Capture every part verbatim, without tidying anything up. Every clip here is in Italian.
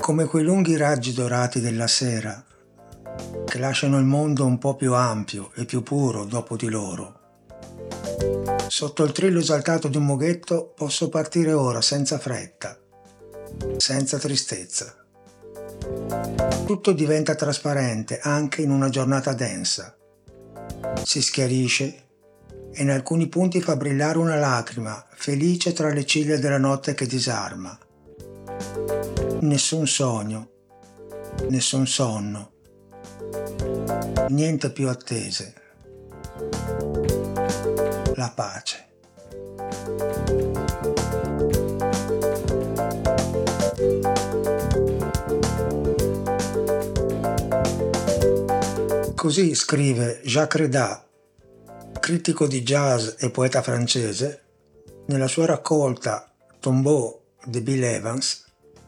come quei lunghi raggi dorati della sera che lasciano il mondo un po' più ampio e più puro dopo di loro. Sotto il trillo esaltato di un mughetto posso partire ora senza fretta, senza tristezza. Tutto diventa trasparente anche in una giornata densa. Si schiarisce e in alcuni punti fa brillare una lacrima felice tra le ciglia della notte che disarma. Nessun sogno, nessun sonno, niente più attese. La pace. Così scrive Jacques Redat, critico di jazz e poeta francese, nella sua raccolta Tombeau di Bill Evans,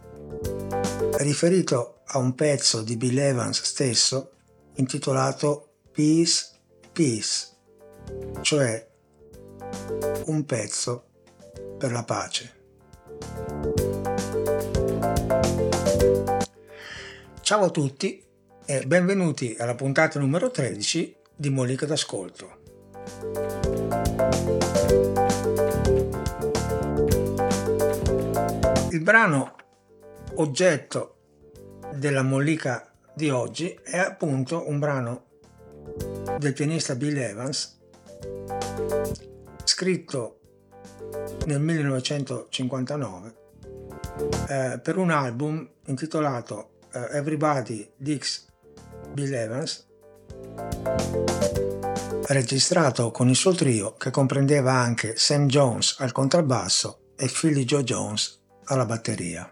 riferito a un pezzo di Bill Evans stesso intitolato Peace, Peace, cioè un pezzo per la pace. Ciao a tutti e benvenuti alla puntata numero tredici di Mollica d'Ascolto. Il brano oggetto della mollica di oggi è appunto un brano del pianista Bill Evans, scritto nel millenovecentocinquantanove eh, per un album intitolato eh, Everybody Digs Bill Evans, registrato con il suo trio che comprendeva anche Sam Jones al contrabbasso e Philly Joe Jones alla batteria.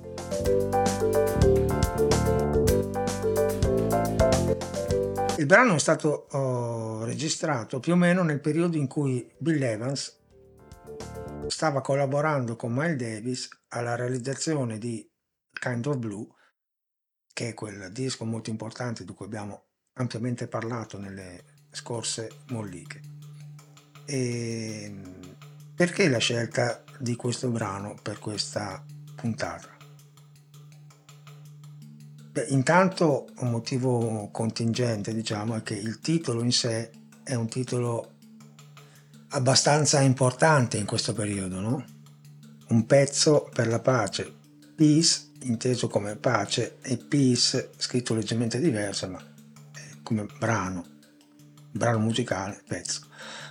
Il brano è stato oh, registrato più o meno nel periodo in cui Bill Evans stava collaborando con Miles Davis alla realizzazione di Kind of Blue, che è quel disco molto importante di cui abbiamo ampiamente parlato nelle scorse molliche. E perché la scelta di questo brano per questa puntata? Beh, intanto un motivo contingente, diciamo, è che il titolo in sé è un titolo abbastanza importante in questo periodo, no? Un pezzo per la pace, peace inteso come pace e peace scritto leggermente diverso, ma come brano, brano musicale, pezzo.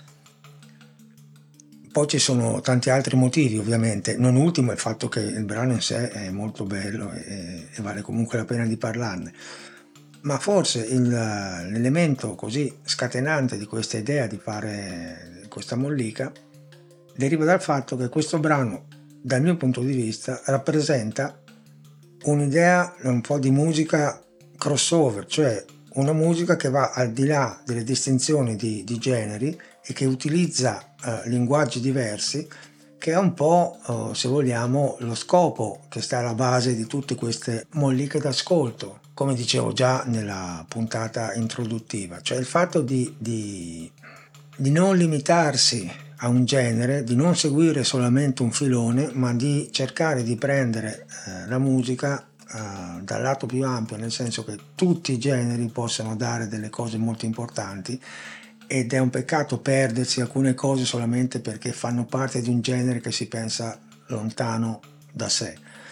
Poi ci sono tanti altri motivi, ovviamente, non ultimo il fatto che il brano in sé è molto bello e, e vale comunque la pena di parlarne, ma forse il, l'elemento così scatenante di questa idea di fare questa mollica deriva dal fatto che questo brano, dal mio punto di vista, rappresenta un'idea un po' di musica crossover, cioè una musica che va al di là delle distinzioni di, di generi e che utilizza uh, linguaggi diversi, che è un po', uh, se vogliamo, lo scopo che sta alla base di tutte queste molliche d'ascolto, come dicevo già nella puntata introduttiva, cioè il fatto di, di, di non limitarsi a un genere, di non seguire solamente un filone, ma di cercare di prendere uh, la musica uh, dal lato più ampio, nel senso che tutti i generi possono dare delle cose molto importanti, ed è un peccato perdersi alcune cose solamente perché fanno parte di un genere che si pensa lontano da sé.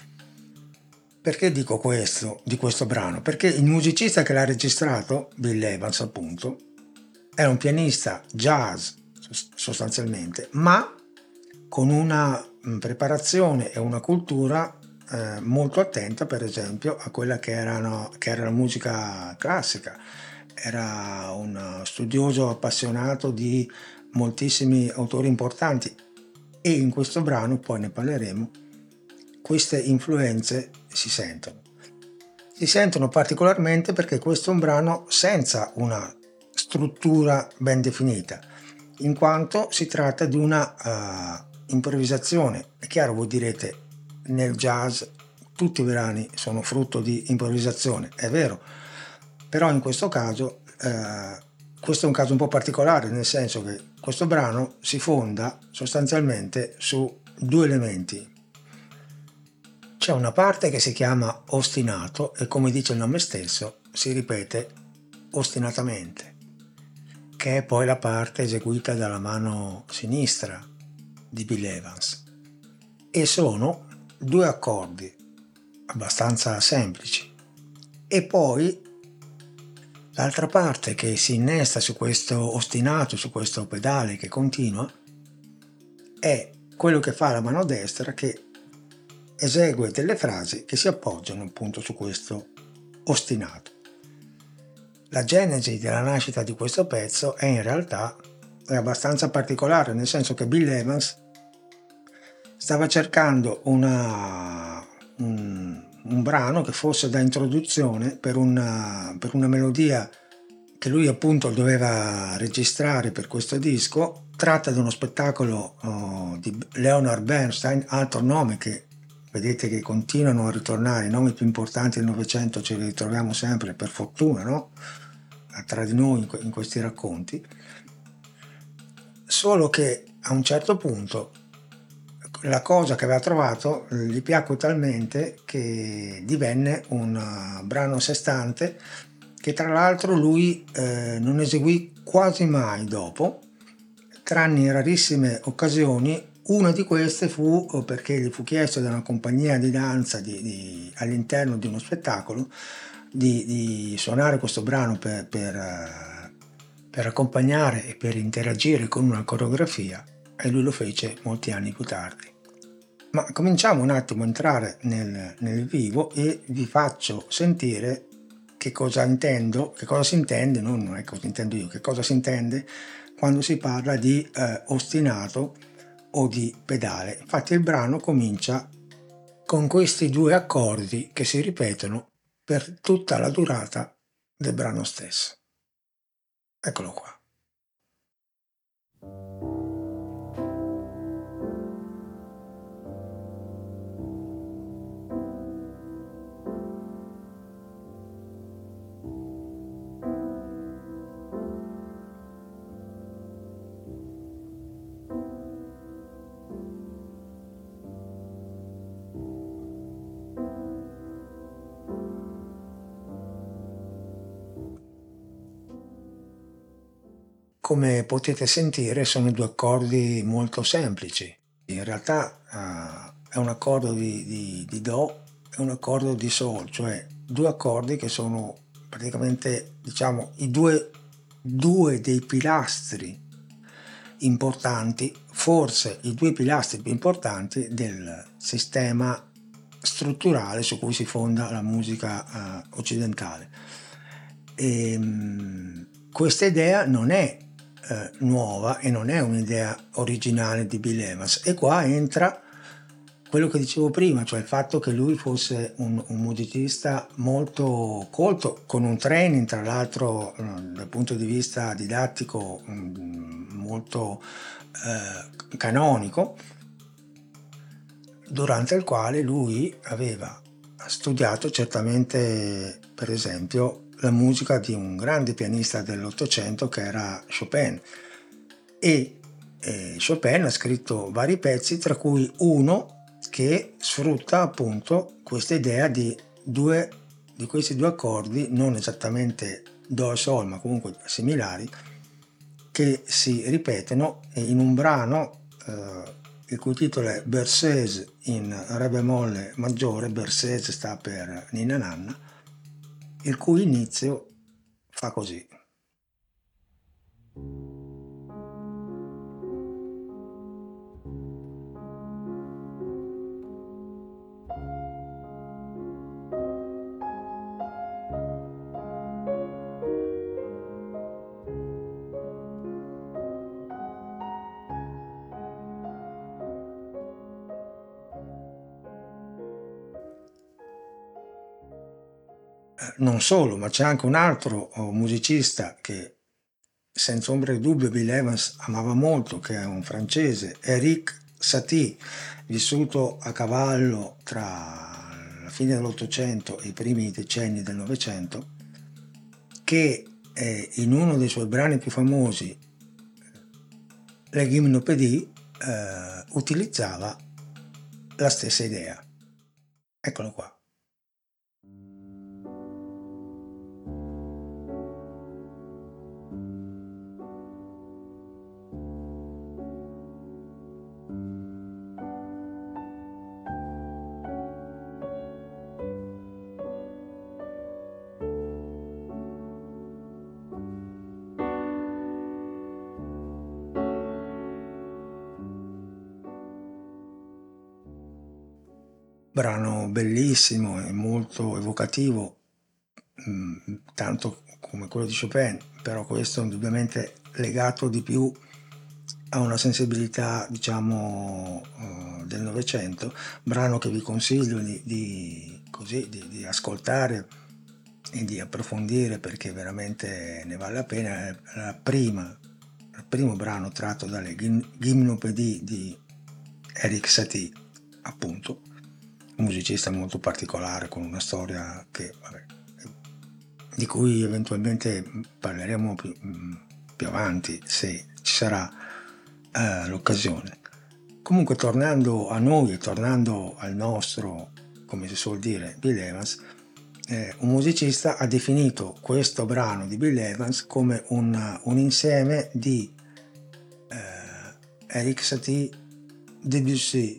Perché dico questo di questo brano? Perché il musicista che l'ha registrato, Bill Evans appunto, è un pianista jazz sostanzialmente, ma con una preparazione e una cultura eh, molto attenta, per esempio, a quella che, erano, che era la musica classica. Era un studioso appassionato di moltissimi autori importanti e in questo brano, poi ne parleremo, queste influenze si sentono. Si sentono particolarmente perché questo è un brano senza una struttura ben definita, in quanto si tratta di una uh, improvvisazione. È chiaro, voi direte, nel jazz tutti i brani sono frutto di improvvisazione, è vero, però in questo caso eh, questo è un caso un po' particolare, nel senso che questo brano si fonda sostanzialmente su due elementi. C'è una parte che si chiama ostinato e, come dice il nome stesso, si ripete ostinatamente, che è poi la parte eseguita dalla mano sinistra di Bill Evans, e sono due accordi abbastanza semplici. E poi l'altra parte che si innesta su questo ostinato, su questo pedale che continua, è quello che fa la mano destra, che esegue delle frasi che si appoggiano appunto su questo ostinato. La genesi della nascita di questo pezzo è in realtà è abbastanza particolare, nel senso che Bill Evans stava cercando una, un, un brano che fosse da introduzione per una, per una melodia che lui appunto doveva registrare per questo disco, tratta da uno spettacolo oh, di Leonard Bernstein, altro nome che vedete che continuano a ritornare, i nomi più importanti del Novecento ce li ritroviamo sempre, per fortuna, no? Tra di noi in questi racconti, solo che a un certo punto la cosa che aveva trovato gli piacque talmente che divenne un brano a sé stante, che tra l'altro lui eh, non eseguì quasi mai dopo, tranne in rarissime occasioni. Una di queste fu perché gli fu chiesto da una compagnia di danza di, di, all'interno di uno spettacolo di, di suonare questo brano per, per, per accompagnare e per interagire con una coreografia, e lui lo fece molti anni più tardi. Ma cominciamo un attimo a entrare nel, nel vivo e vi faccio sentire che cosa intendo, che cosa si intende, no, non è cosa intendo io, che cosa si intende quando si parla di eh, ostinato o di pedale. Infatti il brano comincia con questi due accordi che si ripetono per tutta la durata del brano stesso. Eccolo qua. Come potete sentire sono due accordi molto semplici. In realtà uh, è un accordo di, di, di Do e un accordo di Sol, cioè due accordi che sono praticamente, diciamo, i due, due dei pilastri importanti, forse i due pilastri più importanti del sistema strutturale su cui si fonda la musica uh, occidentale. E, um, questa idea non è Eh, nuova e non è un'idea originale di Bill Evans, e qua entra quello che dicevo prima, cioè il fatto che lui fosse un, un musicista molto colto, con un training tra l'altro dal punto di vista didattico molto eh, canonico, durante il quale lui aveva studiato certamente, per esempio, la musica di un grande pianista dell'Ottocento che era Chopin, e eh, Chopin ha scritto vari pezzi, tra cui uno che sfrutta appunto questa idea di due di questi due accordi, non esattamente Do e Sol ma comunque similari, che si ripetono in un brano eh, il cui titolo è Berceuse in Re bemolle maggiore. Berceuse sta per Ninna Nanna, il cui inizio fa così. Non solo, ma c'è anche un altro musicista che senza ombra di dubbio Bill Evans amava molto, che è un francese, Eric Satie, vissuto a cavallo tra la fine dell'Ottocento e i primi decenni del Novecento, che eh, in uno dei suoi brani più famosi, Le Gymnopédies, eh, utilizzava la stessa idea. Eccolo qua. Brano bellissimo e molto evocativo, mhmm, tanto come quello di Chopin, però questo indubbiamente legato di più a una sensibilità, diciamo, uhm, del Novecento, brano che vi consiglio di di così, di di ascoltare e di approfondire perché veramente ne vale la pena. È la prima il primo brano tratto dalle Gym Gymnopédies di Erik Satie, appunto, un musicista molto particolare con una storia che vabbè, di cui eventualmente mh, parleremo più, mh, più avanti se ci sarà eh, l'occasione. Comunque tornando a noi e tornando al nostro, come si suol dire, Bill Evans, eh, un musicista ha definito questo brano di Bill Evans come un, un insieme di eh, Erik Satie, Debussy,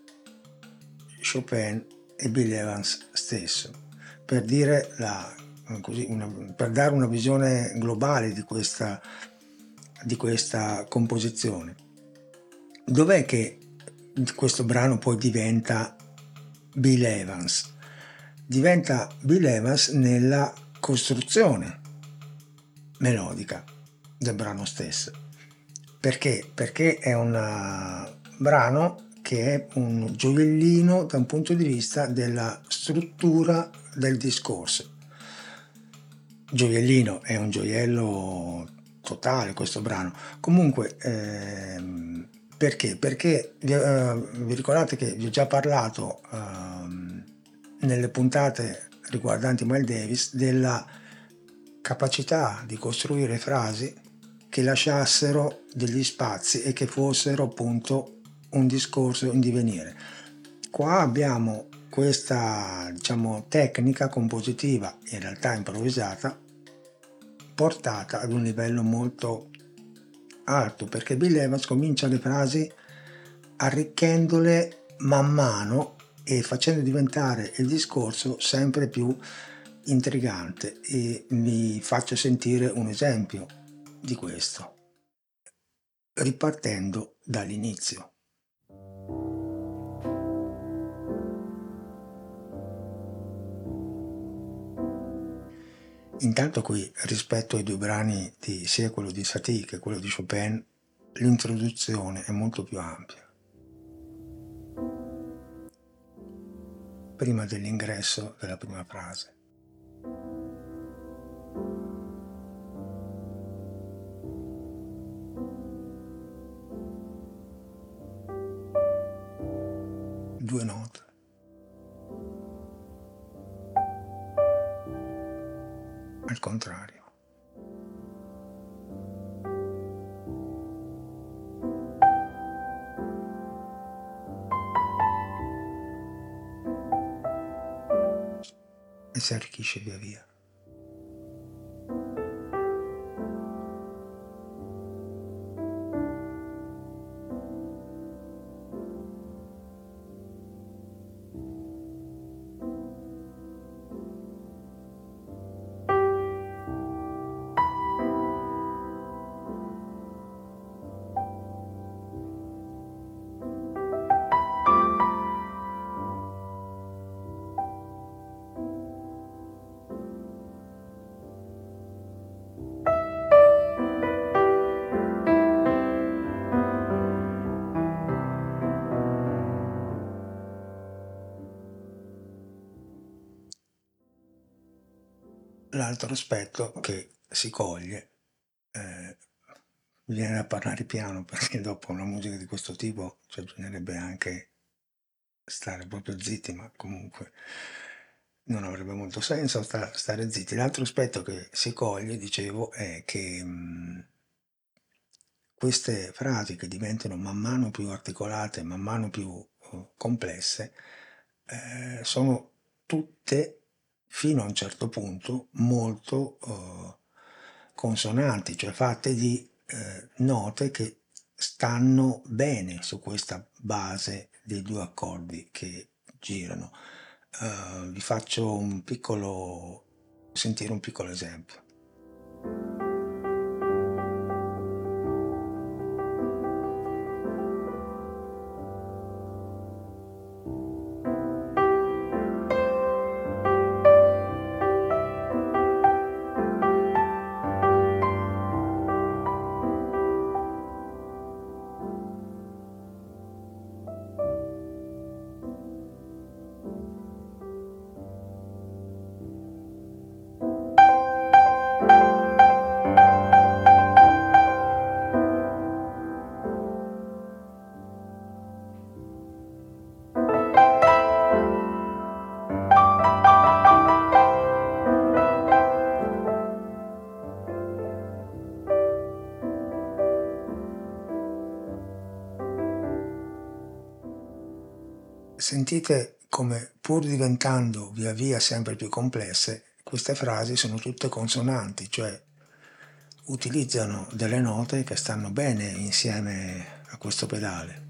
Chopin e Bill Evans stesso, per dire la, così, una, per dare una visione globale di questa, di questa composizione. Dov'è che questo brano poi diventa Bill Evans? Diventa Bill Evans nella costruzione melodica del brano stesso. Perché? Perché è un brano che è un gioiellino da un punto di vista della struttura del discorso. Gioiellino è un gioiello totale questo brano. Comunque, ehm, perché? Perché vi, eh, vi ricordate che vi ho già parlato ehm, nelle puntate riguardanti Miles Davis della capacità di costruire frasi che lasciassero degli spazi e che fossero appunto un discorso in divenire. Qua abbiamo questa, diciamo, tecnica compositiva, in realtà improvvisata, portata ad un livello molto alto, perché Bill Evans comincia le frasi arricchendole man mano e facendo diventare il discorso sempre più intrigante, e vi faccio sentire un esempio di questo, ripartendo dall'inizio. Intanto qui, rispetto ai due brani di sia quello di Satie che quello di Chopin, l'introduzione è molto più ampia. Prima dell'ingresso della prima frase. Due note. Al contrario. E si arricchisce via via. L'altro aspetto che si coglie, eh, viene da parlare piano perché dopo una musica di questo tipo cioè, bisognerebbe anche stare proprio zitti, ma comunque non avrebbe molto senso sta- stare zitti. L'altro aspetto che si coglie, dicevo, è che mh, queste frasi che diventano man mano più articolate, man mano più uh, complesse, eh, sono tutte, fino a un certo punto, molto eh, consonanti, cioè fatte di eh, note che stanno bene su questa base dei due accordi che girano. Eh, vi faccio un piccolo, sentire un piccolo esempio. Sentite come, pur diventando via via sempre più complesse, queste frasi sono tutte consonanti, cioè utilizzano delle note che stanno bene insieme a questo pedale.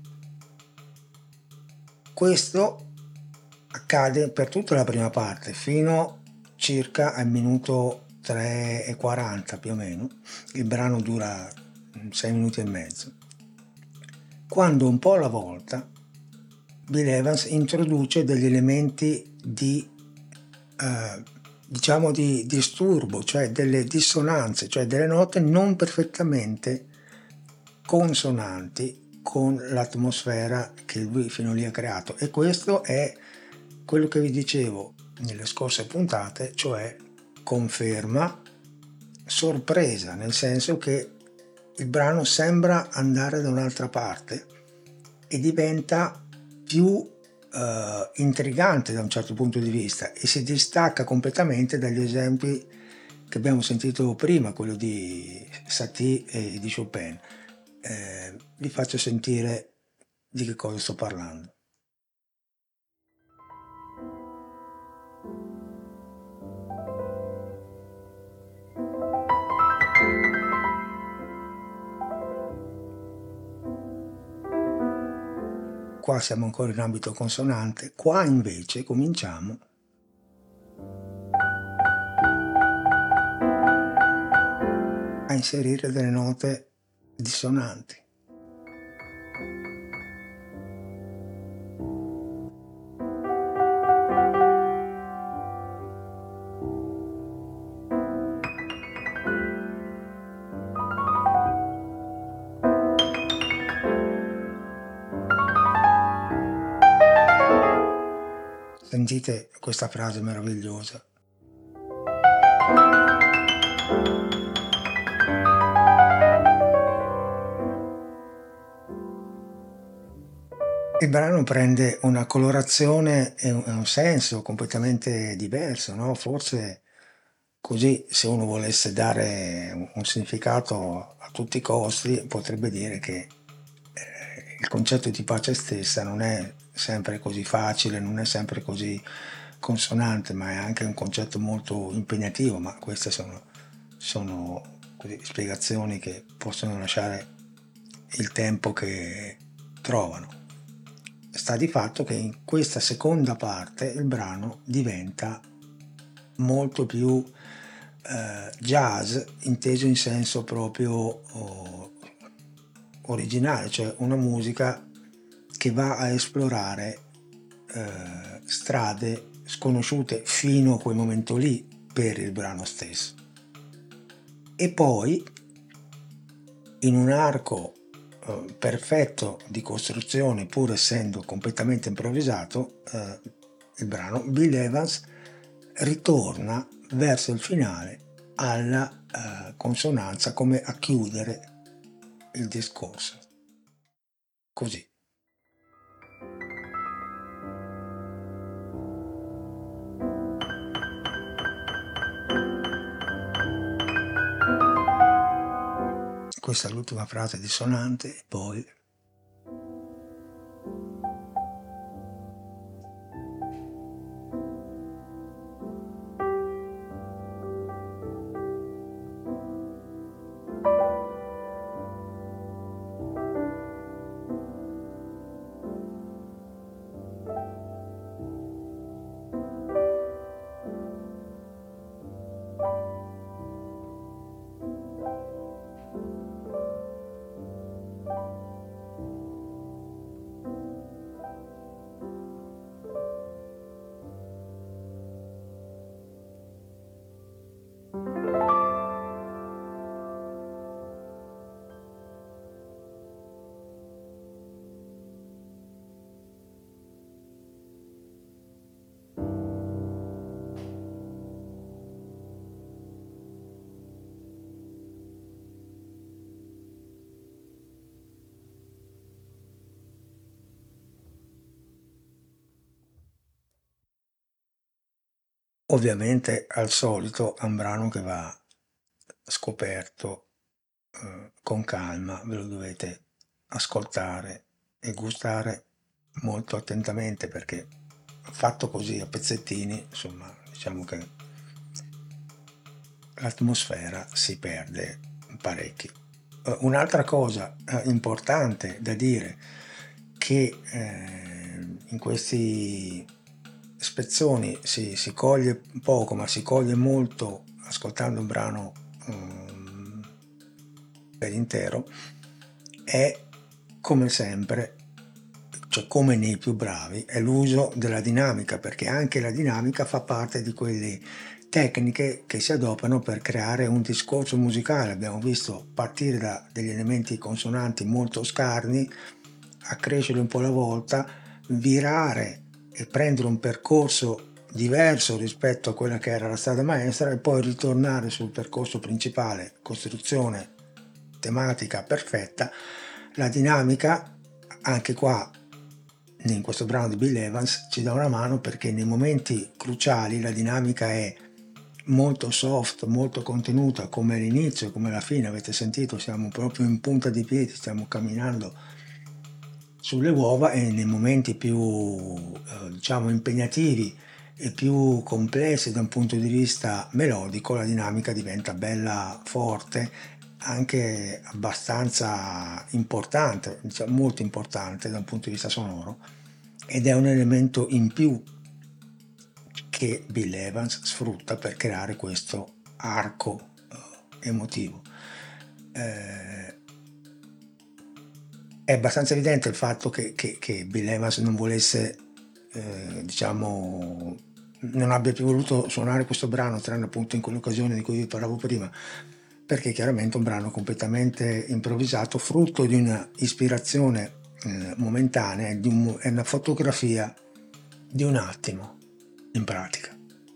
Questo accade per tutta la prima parte, fino circa al minuto tre e quaranta più o meno. Il brano dura sei minuti e mezzo. Quando un po' alla volta Bill Evans introduce degli elementi di eh, diciamo di disturbo, cioè delle dissonanze, cioè delle note non perfettamente consonanti con l'atmosfera che lui fino lì ha creato. E questo è quello che vi dicevo nelle scorse puntate, cioè conferma, sorpresa, nel senso che il brano sembra andare da un'altra parte e diventa più eh, intrigante da un certo punto di vista e si distacca completamente dagli esempi che abbiamo sentito prima, quello di Satie e di Chopin. Eh, vi faccio sentire di che cosa sto parlando. Qua siamo ancora in ambito consonante, qua invece cominciamo a inserire delle note dissonanti. Sentite questa frase meravigliosa. Il brano prende una colorazione e un, un senso completamente diverso, no? Forse così, se uno volesse dare un, un significato a tutti i costi, potrebbe dire che eh, il concetto di pace stessa non è sempre così facile, non è sempre così consonante, ma è anche un concetto molto impegnativo, ma queste sono, sono così, spiegazioni che possono lasciare il tempo che trovano. Sta di fatto che in questa seconda parte il brano diventa molto più eh, jazz, inteso in senso proprio oh, originale, cioè una musica che va a esplorare eh, strade sconosciute fino a quel momento lì per il brano stesso. E poi, in un arco eh, perfetto di costruzione, pur essendo completamente improvvisato, eh, il brano, Bill Evans ritorna verso il finale alla eh, consonanza, come a chiudere il discorso. Così. Questa è l'ultima frase dissonante e poi Ovviamente al solito è un brano che va scoperto eh, con calma, ve lo dovete ascoltare e gustare molto attentamente perché fatto così a pezzettini, insomma, diciamo che l'atmosfera si perde parecchio. Eh, un'altra cosa eh, importante da dire che eh, in questi spezzoni si, si coglie poco, ma si coglie molto ascoltando un brano um, per intero, è come sempre, cioè come nei più bravi, è l'uso della dinamica, perché anche la dinamica fa parte di quelle tecniche che si adoperano per creare un discorso musicale. Abbiamo visto partire da degli elementi consonanti molto scarni, accrescere un po' alla volta, virare e prendere un percorso diverso rispetto a quella che era la strada maestra e poi ritornare sul percorso principale, costruzione tematica perfetta. La dinamica, anche qua in questo brano di Bill Evans, ci dà una mano perché nei momenti cruciali la dinamica è molto soft, molto contenuta, come all'inizio, come alla fine. Avete sentito, siamo proprio in punta di piedi, stiamo camminando sulle uova, e nei momenti più eh, diciamo impegnativi e più complessi da un punto di vista melodico la dinamica diventa bella forte, anche abbastanza importante, diciamo molto importante da un punto di vista sonoro, ed è un elemento in più che Bill Evans sfrutta per creare questo arco eh, emotivo. Eh, è abbastanza evidente il fatto che, che, che Bill Evans non volesse, eh, diciamo, non abbia più voluto suonare questo brano, tranne appunto in quell'occasione di cui vi parlavo prima, perché chiaramente è un brano completamente improvvisato, frutto di una ispirazione eh, momentanea, di un, è una fotografia di un attimo, in pratica.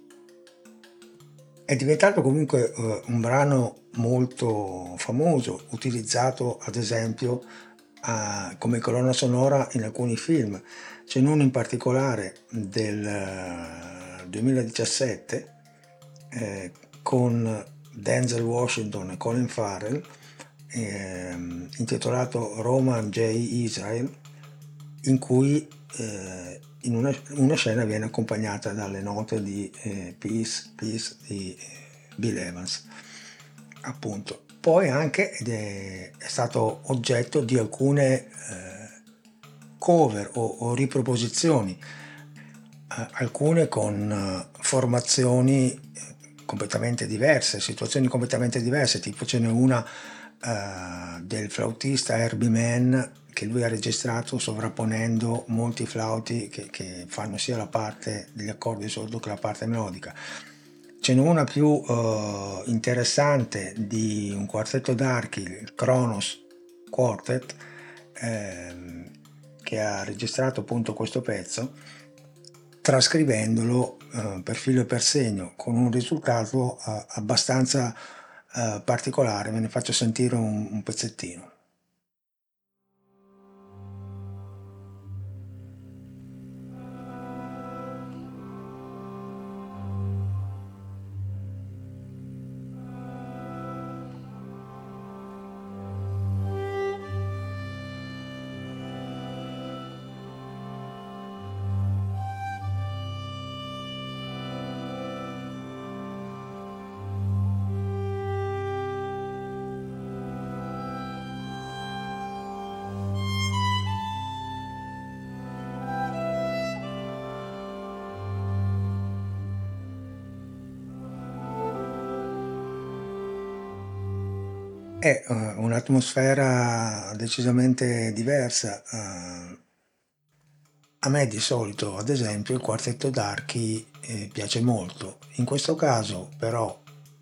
È diventato comunque eh, un brano molto famoso, utilizzato ad esempio a, come colonna sonora in alcuni film. C'è uno in particolare del eh, duemiladiciassette eh, con Denzel Washington e Colin Farrell, eh, intitolato Roman J. Israel, in cui eh, in una, una scena viene accompagnata dalle note di eh, Peace, Peace di eh, Bill Evans, appunto. Poi anche ed è, è stato oggetto di alcune eh, cover o, o riproposizioni, eh, alcune con eh, formazioni eh, completamente diverse, situazioni completamente diverse, tipo ce n'è una eh, del flautista Herbie Mann che lui ha registrato sovrapponendo molti flauti che, che fanno sia la parte degli accordi sordo che la parte melodica. Ce n'è una più uh, interessante di un quartetto d'archi, il Kronos Quartet, ehm, che ha registrato appunto questo pezzo, trascrivendolo uh, per filo e per segno, con un risultato uh, abbastanza uh, particolare. Ve ne faccio sentire un, un pezzettino. È uh, un'atmosfera decisamente diversa. Uh, a me di solito, ad esempio, il quartetto d'archi eh, piace molto. In questo caso, però,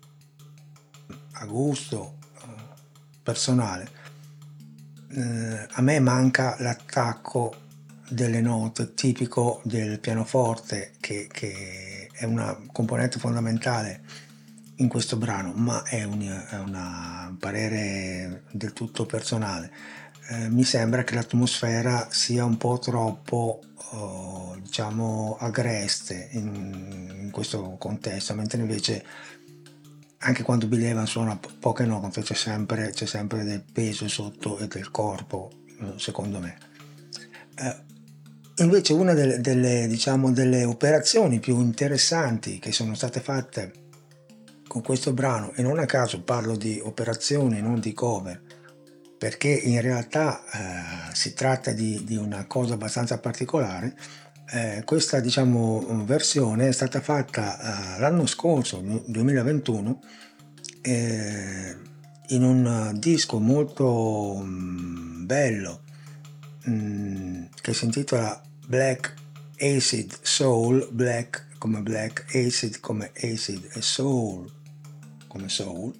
a gusto uh, personale, uh, a me manca l'attacco delle note tipico del pianoforte, che, che è una componente fondamentale in questo brano, ma è un, è una- un parere del tutto personale. eh, mi sembra che l'atmosfera sia un po' troppo, oh, diciamo, agreste in, in questo contesto, mentre invece anche quando Bill Evans suona po- poche note c'è sempre, c'è sempre del peso sotto e del corpo, eh, secondo me. Eh, Invece una delle, delle, diciamo, delle operazioni più interessanti che sono state fatte con questo brano, e non a caso parlo di operazioni, non di cover, perché in realtà eh, si tratta di, di una cosa abbastanza particolare. Eh, questa, diciamo, versione è stata fatta eh, l'anno scorso, nel duemilaventuno, eh, in un disco molto mm, bello, mm, che si intitola Black Acid Soul, Black come Black, Acid come Acid e Soul come Soul,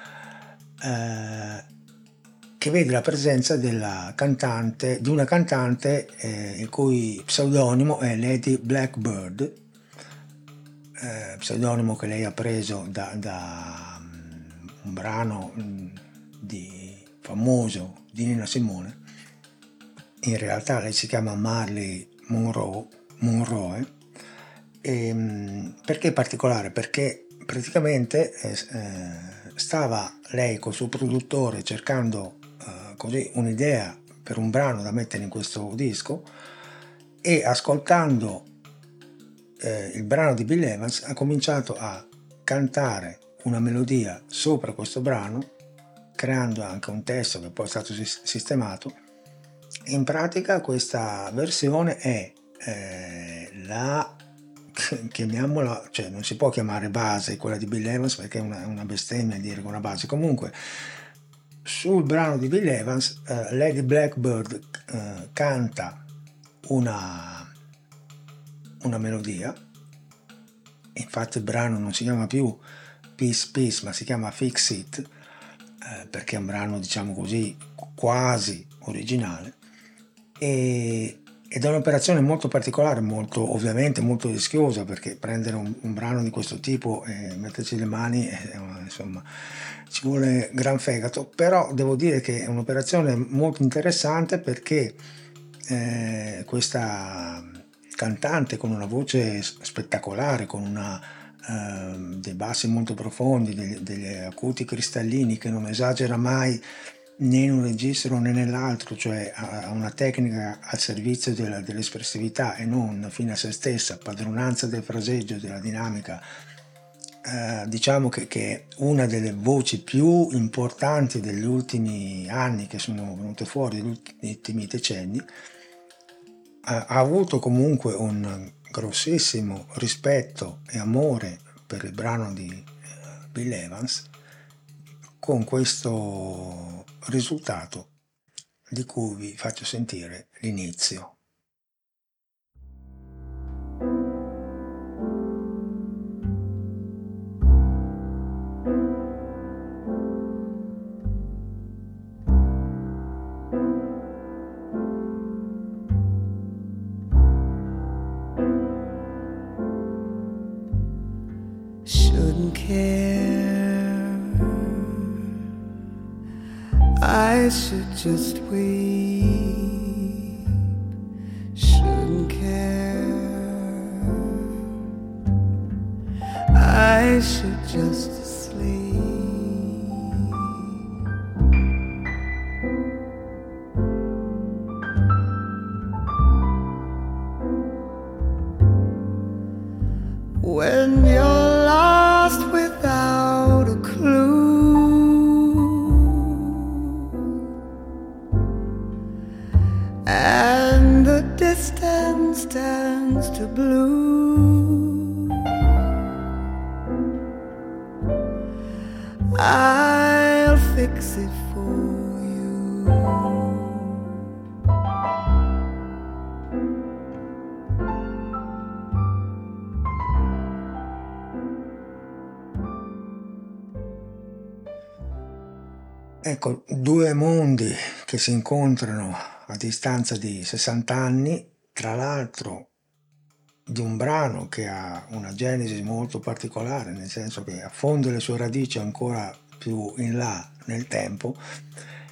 eh, che vede la presenza della cantante, di una cantante eh, il cui pseudonimo è Lady Blackbird, eh, pseudonimo che lei ha preso da, da um, un brano um, di, famoso di Nina Simone. In realtà lei si chiama Marley Monroe, Monroe. E, um, perché è particolare? Perché praticamente eh, stava lei col suo produttore cercando eh, così un'idea per un brano da mettere in questo disco, e ascoltando eh, il brano di Bill Evans ha cominciato a cantare una melodia sopra questo brano, creando anche un testo che poi è stato sistemato. In pratica questa versione è eh, la, chiamiamola, cioè non si può chiamare base quella di Bill Evans perché è una, una bestemmia dire che una base. Comunque sul brano di Bill Evans eh, Lady Blackbird eh, canta una, una melodia. Infatti il brano non si chiama più Peace Peace ma si chiama Fix It, eh, perché è un brano, diciamo così, quasi originale, e, ed è un'operazione molto particolare, molto, ovviamente molto rischiosa, perché prendere un, un brano di questo tipo e metterci le mani, è, insomma, ci vuole gran fegato. Però devo dire che è un'operazione molto interessante, perché eh, questa cantante con una voce spettacolare, con una, eh, dei bassi molto profondi, degli, degli acuti cristallini, che non esagera mai né in un registro né nell'altro, cioè ha una tecnica al servizio della, dell'espressività e non fine a se stessa, padronanza del fraseggio, della dinamica. Eh, diciamo che, che è una delle voci più importanti degli ultimi anni, che sono venute fuori negli ultimi decenni. Ha, ha avuto comunque un grossissimo rispetto e amore per il brano di eh, Bill Evans, con questo risultato di cui vi faccio sentire l'inizio. Shouldn't care, I should just weep. Shouldn't care, I should just sleep. When you're lost without a clue, and the distance turns to blue, I'll fix it for you. Ecco, due mondi che si incontrano a distanza di sessanta anni, tra l'altro di un brano che ha una genesi molto particolare, nel senso che affonda le sue radici ancora più in là nel tempo,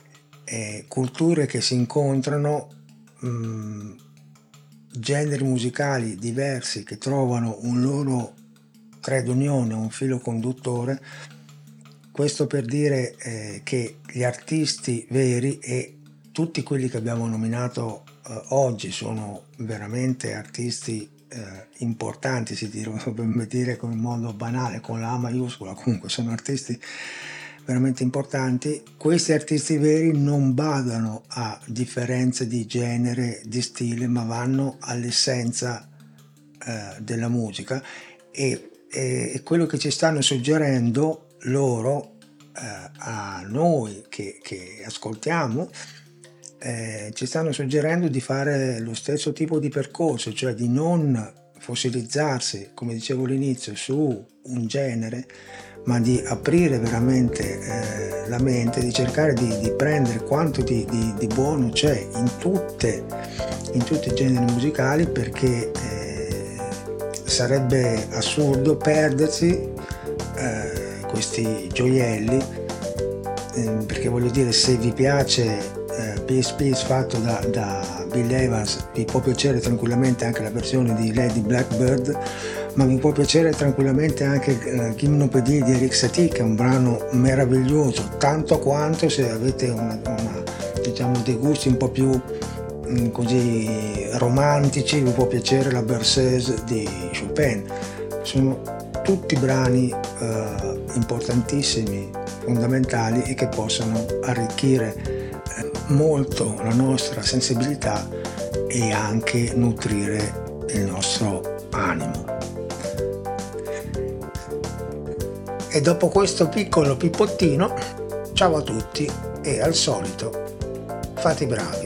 eh, culture che si incontrano, mh, generi musicali diversi che trovano un loro credo unione, un filo conduttore. Questo per dire eh, che gli artisti veri e tutti quelli che abbiamo nominato eh, oggi sono veramente artisti eh, importanti, si dovrebbe dire con il modo banale, con la A maiuscola, comunque sono artisti veramente importanti. Questi artisti veri non badano a differenze di genere, di stile, ma vanno all'essenza eh, della musica e, e, e quello che ci stanno suggerendo loro eh, a noi che, che ascoltiamo, eh, ci stanno suggerendo di fare lo stesso tipo di percorso, cioè di non fossilizzarsi, come dicevo all'inizio, su un genere, ma di aprire veramente eh, la mente, di cercare di, di prendere quanto di, di, di buono c'è in, tutte, in tutti i generi musicali, perché eh, sarebbe assurdo perdersi eh, questi gioielli, eh, perché voglio dire, se vi piace eh, Peace Peace fatto da, da Bill Evans, vi può piacere tranquillamente anche la versione di Lady Blackbird, ma vi può piacere tranquillamente anche eh, Gymnopédie di Eric Satie, che è un brano meraviglioso, tanto quanto, se avete una, una, diciamo, dei gusti un po' più mh, così romantici, vi può piacere la Berceuse di Chopin. Sono tutti brani eh, importantissimi, fondamentali e che possono arricchire eh, molto la nostra sensibilità e anche nutrire il nostro animo. E dopo questo piccolo pippottino, ciao a tutti e al solito, fate i bravi.